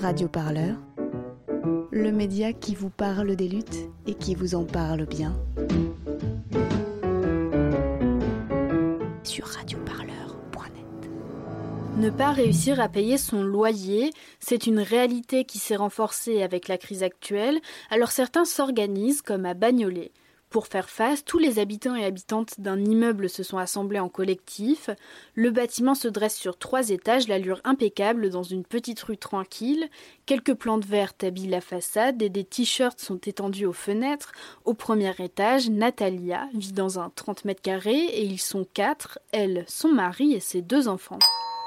Radio Parleur, le média qui vous parle des luttes et qui vous en parle bien. Sur radioparleur.net. Ne pas réussir à payer son loyer, c'est une réalité qui s'est renforcée avec la crise actuelle, alors certains s'organisent comme à Bagnolet. Pour faire face, tous les habitants et habitantes d'un immeuble se sont assemblés en collectif. Le bâtiment se dresse sur 3 étages, l'allure impeccable dans une petite rue tranquille. Quelques plantes vertes habillent la façade et des t-shirts sont étendus aux fenêtres. Au premier étage, Natalia vit dans un 30 mètres carrés et ils sont 4, elle, son mari et ses 2 enfants.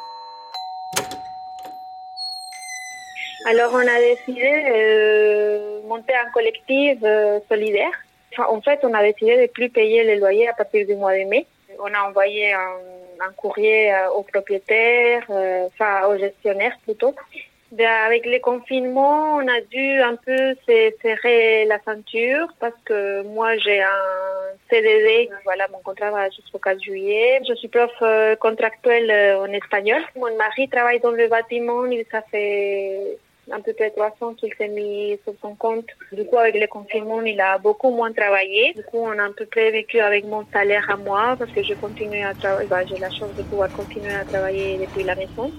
Alors on a décidé de monter un collectif solidaire. En fait, on a décidé de ne plus payer les loyers à partir du mois de mai. On a envoyé un courrier aux propriétaires, aux gestionnaires plutôt. Avec les confinements, on a dû un peu se serrer la ceinture parce que moi j'ai un CDD. Voilà, mon contrat va jusqu'au 4 juillet. Je suis prof contractuelle en espagnol. Mon mari travaille dans le bâtiment, ça fait à peu près 3 ans qu'il s'est mis sur son compte. Du coup, avec le confinement, il a beaucoup moins travaillé. Du coup, on a à peu près vécu avec mon salaire à moi parce que je continue à travailler. J'ai la chance de pouvoir continuer à travailler depuis la maison.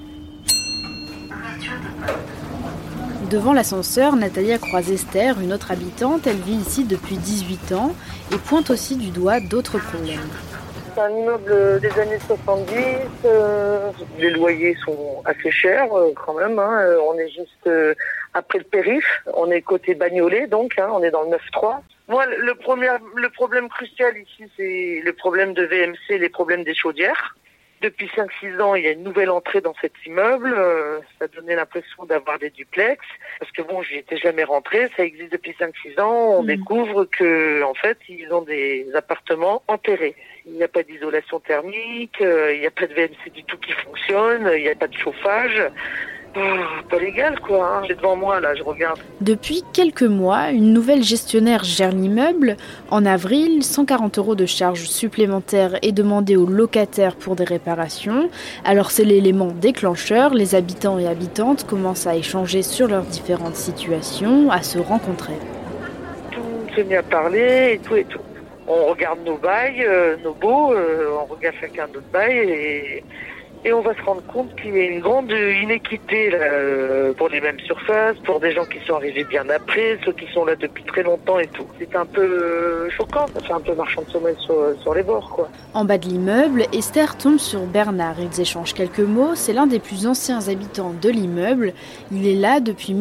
Devant l'ascenseur, Natalia croise Esther, une autre habitante. Elle vit ici depuis 18 ans et pointe aussi du doigt d'autres problèmes. C'est un immeuble des années 70, les loyers sont assez chers quand même, on est juste après le périph', on est côté Bagnolet donc, on est dans le 9-3. Moi le problème crucial ici c'est le problème de VMC, les problèmes des chaudières. Depuis 5-6 ans, il y a une nouvelle entrée dans cet immeuble. Ça donnait l'impression d'avoir des duplex. Parce que bon, j'y étais jamais rentrée. Ça existe depuis 5-6 ans. On découvre que, en fait, ils ont des appartements enterrés. Il n'y a pas d'isolation thermique. Il n'y a pas de VMC du tout qui fonctionne. Il n'y a pas de chauffage. Pas légal, quoi. C'est devant moi, là, je regarde. Depuis quelques mois, une nouvelle gestionnaire gère l'immeuble. En avril, 140 € de charges supplémentaires est demandé aux locataires pour des réparations. Alors c'est l'élément déclencheur. Les habitants et habitantes commencent à échanger sur leurs différentes situations, à se rencontrer. Tout s'est mis à parler et tout et tout. On regarde nos bails, nos baux, on regarde chacun notre bail et on va se rendre compte qu'il y a une grande inéquité là, pour les mêmes surfaces, pour des gens qui sont arrivés bien après, ceux qui sont là depuis très longtemps et tout. C'est un peu choquant, ça fait un peu marchand de sommeil sur les bords, quoi. En bas de l'immeuble, Esther tombe sur Bernard. Ils échangent quelques mots. C'est l'un des plus anciens habitants de l'immeuble. Il est là depuis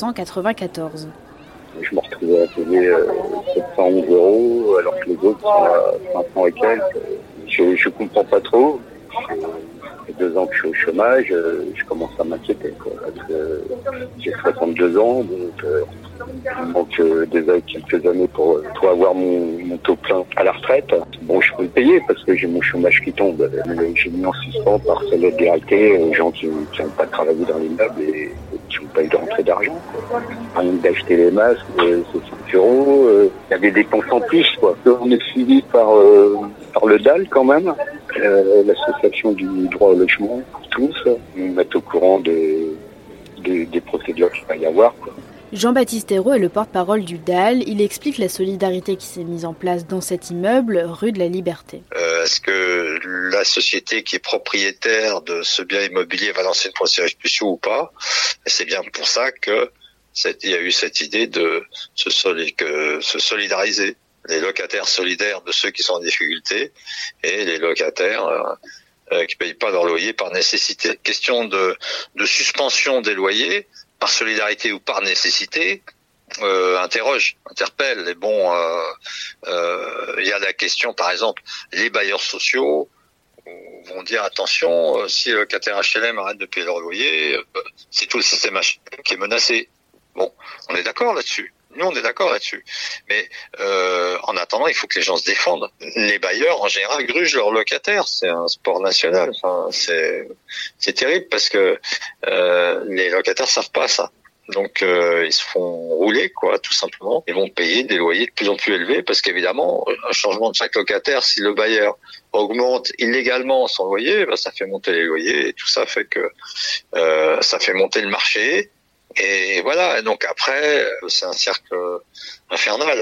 1994. Je me retrouvais à payer 711 € alors que les autres sont à 500 et quelques. Je comprends pas trop. Ça fait 2 ans que je suis au chômage, je commence à m'inquiéter, quoi, parce que j'ai 62 ans, donc il manque déjà quelques années pour avoir mon taux plein à la retraite. Bon, je peux le payer parce que j'ai mon chômage qui tombe. Mais j'ai mis en suspens par solidarité aux gens qui n'ont pas travaillé dans l'immeuble et qui n'ont pas eu de rentrée d'argent. Rien que d'acheter les masques, c'est 5 €. Il y a des dépenses en plus, quoi. On est suivi par le DAL quand même, l'association du droit au logement, tous, nous mettent au courant des procédures qu'il va y avoir, quoi. Jean-Baptiste Hérault est le porte-parole du DAL. Il explique la solidarité qui s'est mise en place dans cet immeuble, rue de la Liberté. Est-ce que la société qui est propriétaire de ce bien immobilier va lancer une procédure spéciale ou pas? Et c'est bien pour ça que il y a eu cette idée de se solidariser. Les locataires solidaires de ceux qui sont en difficulté et les locataires qui payent pas leur loyer par nécessité. Question de suspension des loyers par solidarité ou par nécessité interpelle. Et bon, il y a la question, par exemple, les bailleurs sociaux vont dire attention, si le locataire HLM arrête de payer leur loyer, c'est tout le système HLM qui est menacé. Bon, on est d'accord là-dessus. Nous, on est d'accord là-dessus. Mais en attendant, il faut que les gens se défendent. Les bailleurs, en général, grugent leurs locataires. C'est un sport national. Enfin, c'est terrible parce que les locataires savent pas ça. Donc, ils se font rouler, quoi, tout simplement. Ils vont payer des loyers de plus en plus élevés parce qu'évidemment, un changement de chaque locataire, si le bailleur augmente illégalement son loyer, ça fait monter les loyers et tout ça fait que ça fait monter le marché. Et voilà. Et donc après, c'est un cercle infernal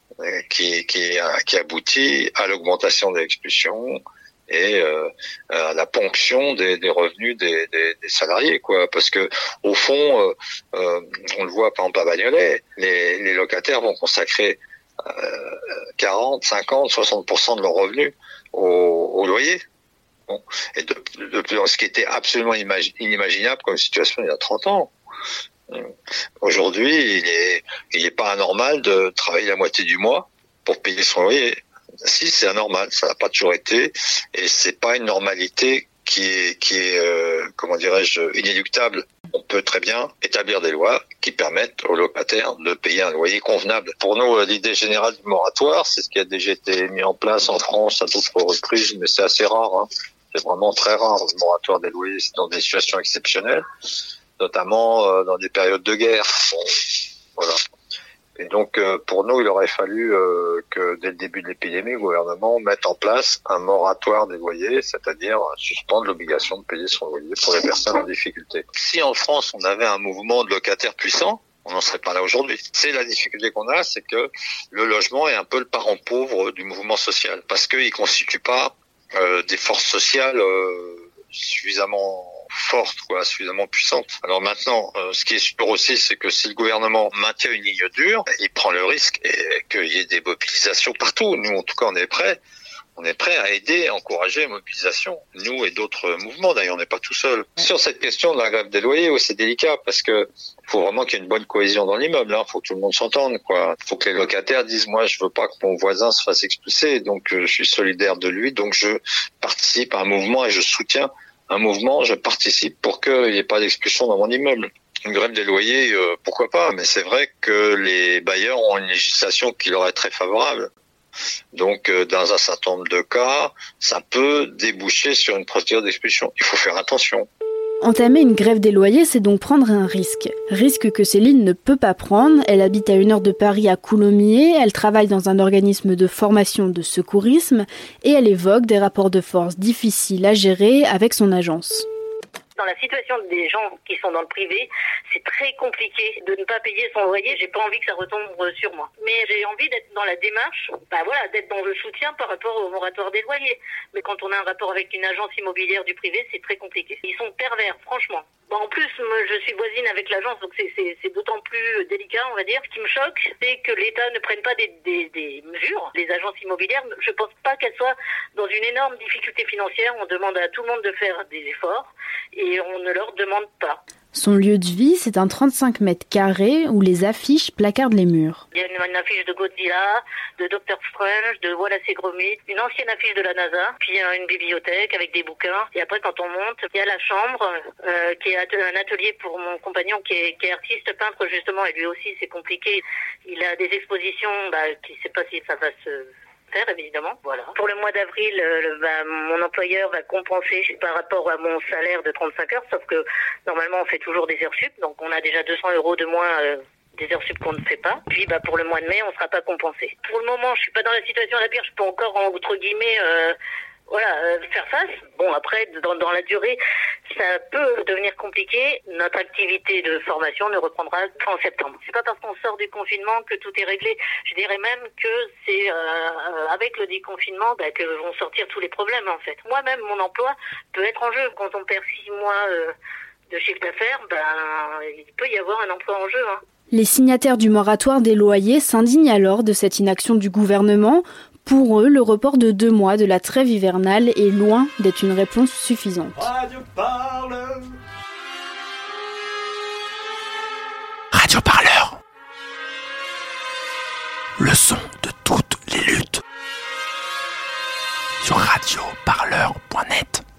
qui aboutit à l'augmentation des expulsions et à la ponction des revenus des salariés, quoi. Parce que au fond, on le voit par exemple à Bagnolet, les locataires vont consacrer 40, 50, 60% de leurs revenus au loyer. Bon. Et ce qui était absolument inimaginable comme situation il y a 30 ans. Aujourd'hui, il est pas anormal de travailler la moitié du mois pour payer son loyer. Si, c'est anormal, ça n'a pas toujours été, et c'est pas une normalité qui est comment dirais-je, inéluctable. On peut très bien établir des lois qui permettent aux locataires de payer un loyer convenable. Pour nous, l'idée générale du moratoire, c'est ce qui a déjà été mis en place en France à d'autres reprises, mais c'est assez rare, hein. C'est vraiment très rare, le moratoire des loyers, c'est dans des situations exceptionnelles, notamment dans des périodes de guerre. Bon, voilà. Et donc, pour nous, il aurait fallu que, dès le début de l'épidémie, le gouvernement mette en place un moratoire des loyers, c'est-à-dire suspendre l'obligation de payer son loyer pour les personnes en difficulté. Si en France, on avait un mouvement de locataires puissants, on n'en serait pas là aujourd'hui. C'est la difficulté qu'on a, c'est que le logement est un peu le parent pauvre du mouvement social, parce qu'il constitue pas des forces sociales suffisamment forte, suffisamment puissante. Alors maintenant, ce qui est sûr aussi, c'est que si le gouvernement maintient une ligne dure, il prend le risque qu'il y ait des mobilisations partout. Nous, en tout cas, on est prêts à aider, à encourager la mobilisation. Nous et d'autres mouvements, d'ailleurs, on n'est pas tout seul. Sur cette question de la grève des loyers, c'est délicat parce que faut vraiment qu'il y ait une bonne cohésion dans l'immeuble. Faut que tout le monde s'entende, quoi. Faut que les locataires disent, moi, je veux pas que mon voisin se fasse expulser, donc je suis solidaire de lui, donc je participe à un mouvement et je soutiens un mouvement, je participe pour qu'il n'y ait pas d'expulsion dans mon immeuble. Une grève des loyers, pourquoi pas, mais c'est vrai que les bailleurs ont une législation qui leur est très favorable. Donc, dans un certain nombre de cas, ça peut déboucher sur une procédure d'expulsion. Il faut faire attention. Entamer une grève des loyers, c'est donc prendre un risque. Risque que Céline ne peut pas prendre. Elle habite à 1 heure de Paris à Coulommiers, elle travaille dans un organisme de formation de secourisme et elle évoque des rapports de force difficiles à gérer avec son agence. Dans la situation des gens qui sont dans le privé, c'est très compliqué de ne pas payer son loyer. J'ai pas envie que ça retombe sur moi. Mais j'ai envie d'être dans la démarche, d'être dans le soutien par rapport au moratoire des loyers. Mais quand on a un rapport avec une agence immobilière du privé, c'est très compliqué. Ils sont pervers, franchement. En plus, moi, je suis voisine avec l'agence, donc c'est d'autant plus délicat, on va dire. Ce qui me choque, c'est que l'État ne prenne pas des mesures. Les agences immobilières, je pense pas qu'elles soient dans une énorme difficulté financière. On demande à tout le monde de faire des efforts et on ne leur demande pas. Son lieu de vie, c'est un 35 mètres carrés où les affiches placardent les murs. Il y a une affiche de Godzilla, de Dr Strange, de Wallace et Gromit, une ancienne affiche de la NASA, puis une bibliothèque avec des bouquins. Et après, quand on monte, il y a la chambre, qui est un atelier pour mon compagnon qui est artiste peintre justement, et lui aussi c'est compliqué. Il a des expositions, qui ne sait pas si ça va se faire, évidemment. Voilà. Pour le mois d'avril, mon employeur va compenser par rapport à mon salaire de 35 heures, sauf que normalement on fait toujours des heures sup, donc on a déjà 200 € de moins des heures sup qu'on ne fait pas. Puis pour le mois de mai, on ne sera pas compensé. Pour le moment, je suis pas dans la situation la pire, je peux encore entre guillemets faire face. Bon, après, dans la durée, ça peut devenir compliqué. Notre activité de formation ne reprendra qu'en septembre. C'est pas parce qu'on sort du confinement que tout est réglé. Je dirais même que c'est avec le déconfinement que vont sortir tous les problèmes, en fait. Moi-même, mon emploi peut être en jeu. Quand on perd 6 mois de chiffre d'affaires, il peut y avoir un emploi en jeu, hein. Les signataires du moratoire des loyers s'indignent alors de cette inaction du gouvernement. Pour eux, le report de 2 mois de la trêve hivernale est loin d'être une réponse suffisante. Radio Parleur. Radio Parleur. Le son de toutes les luttes. Sur radioparleur.net.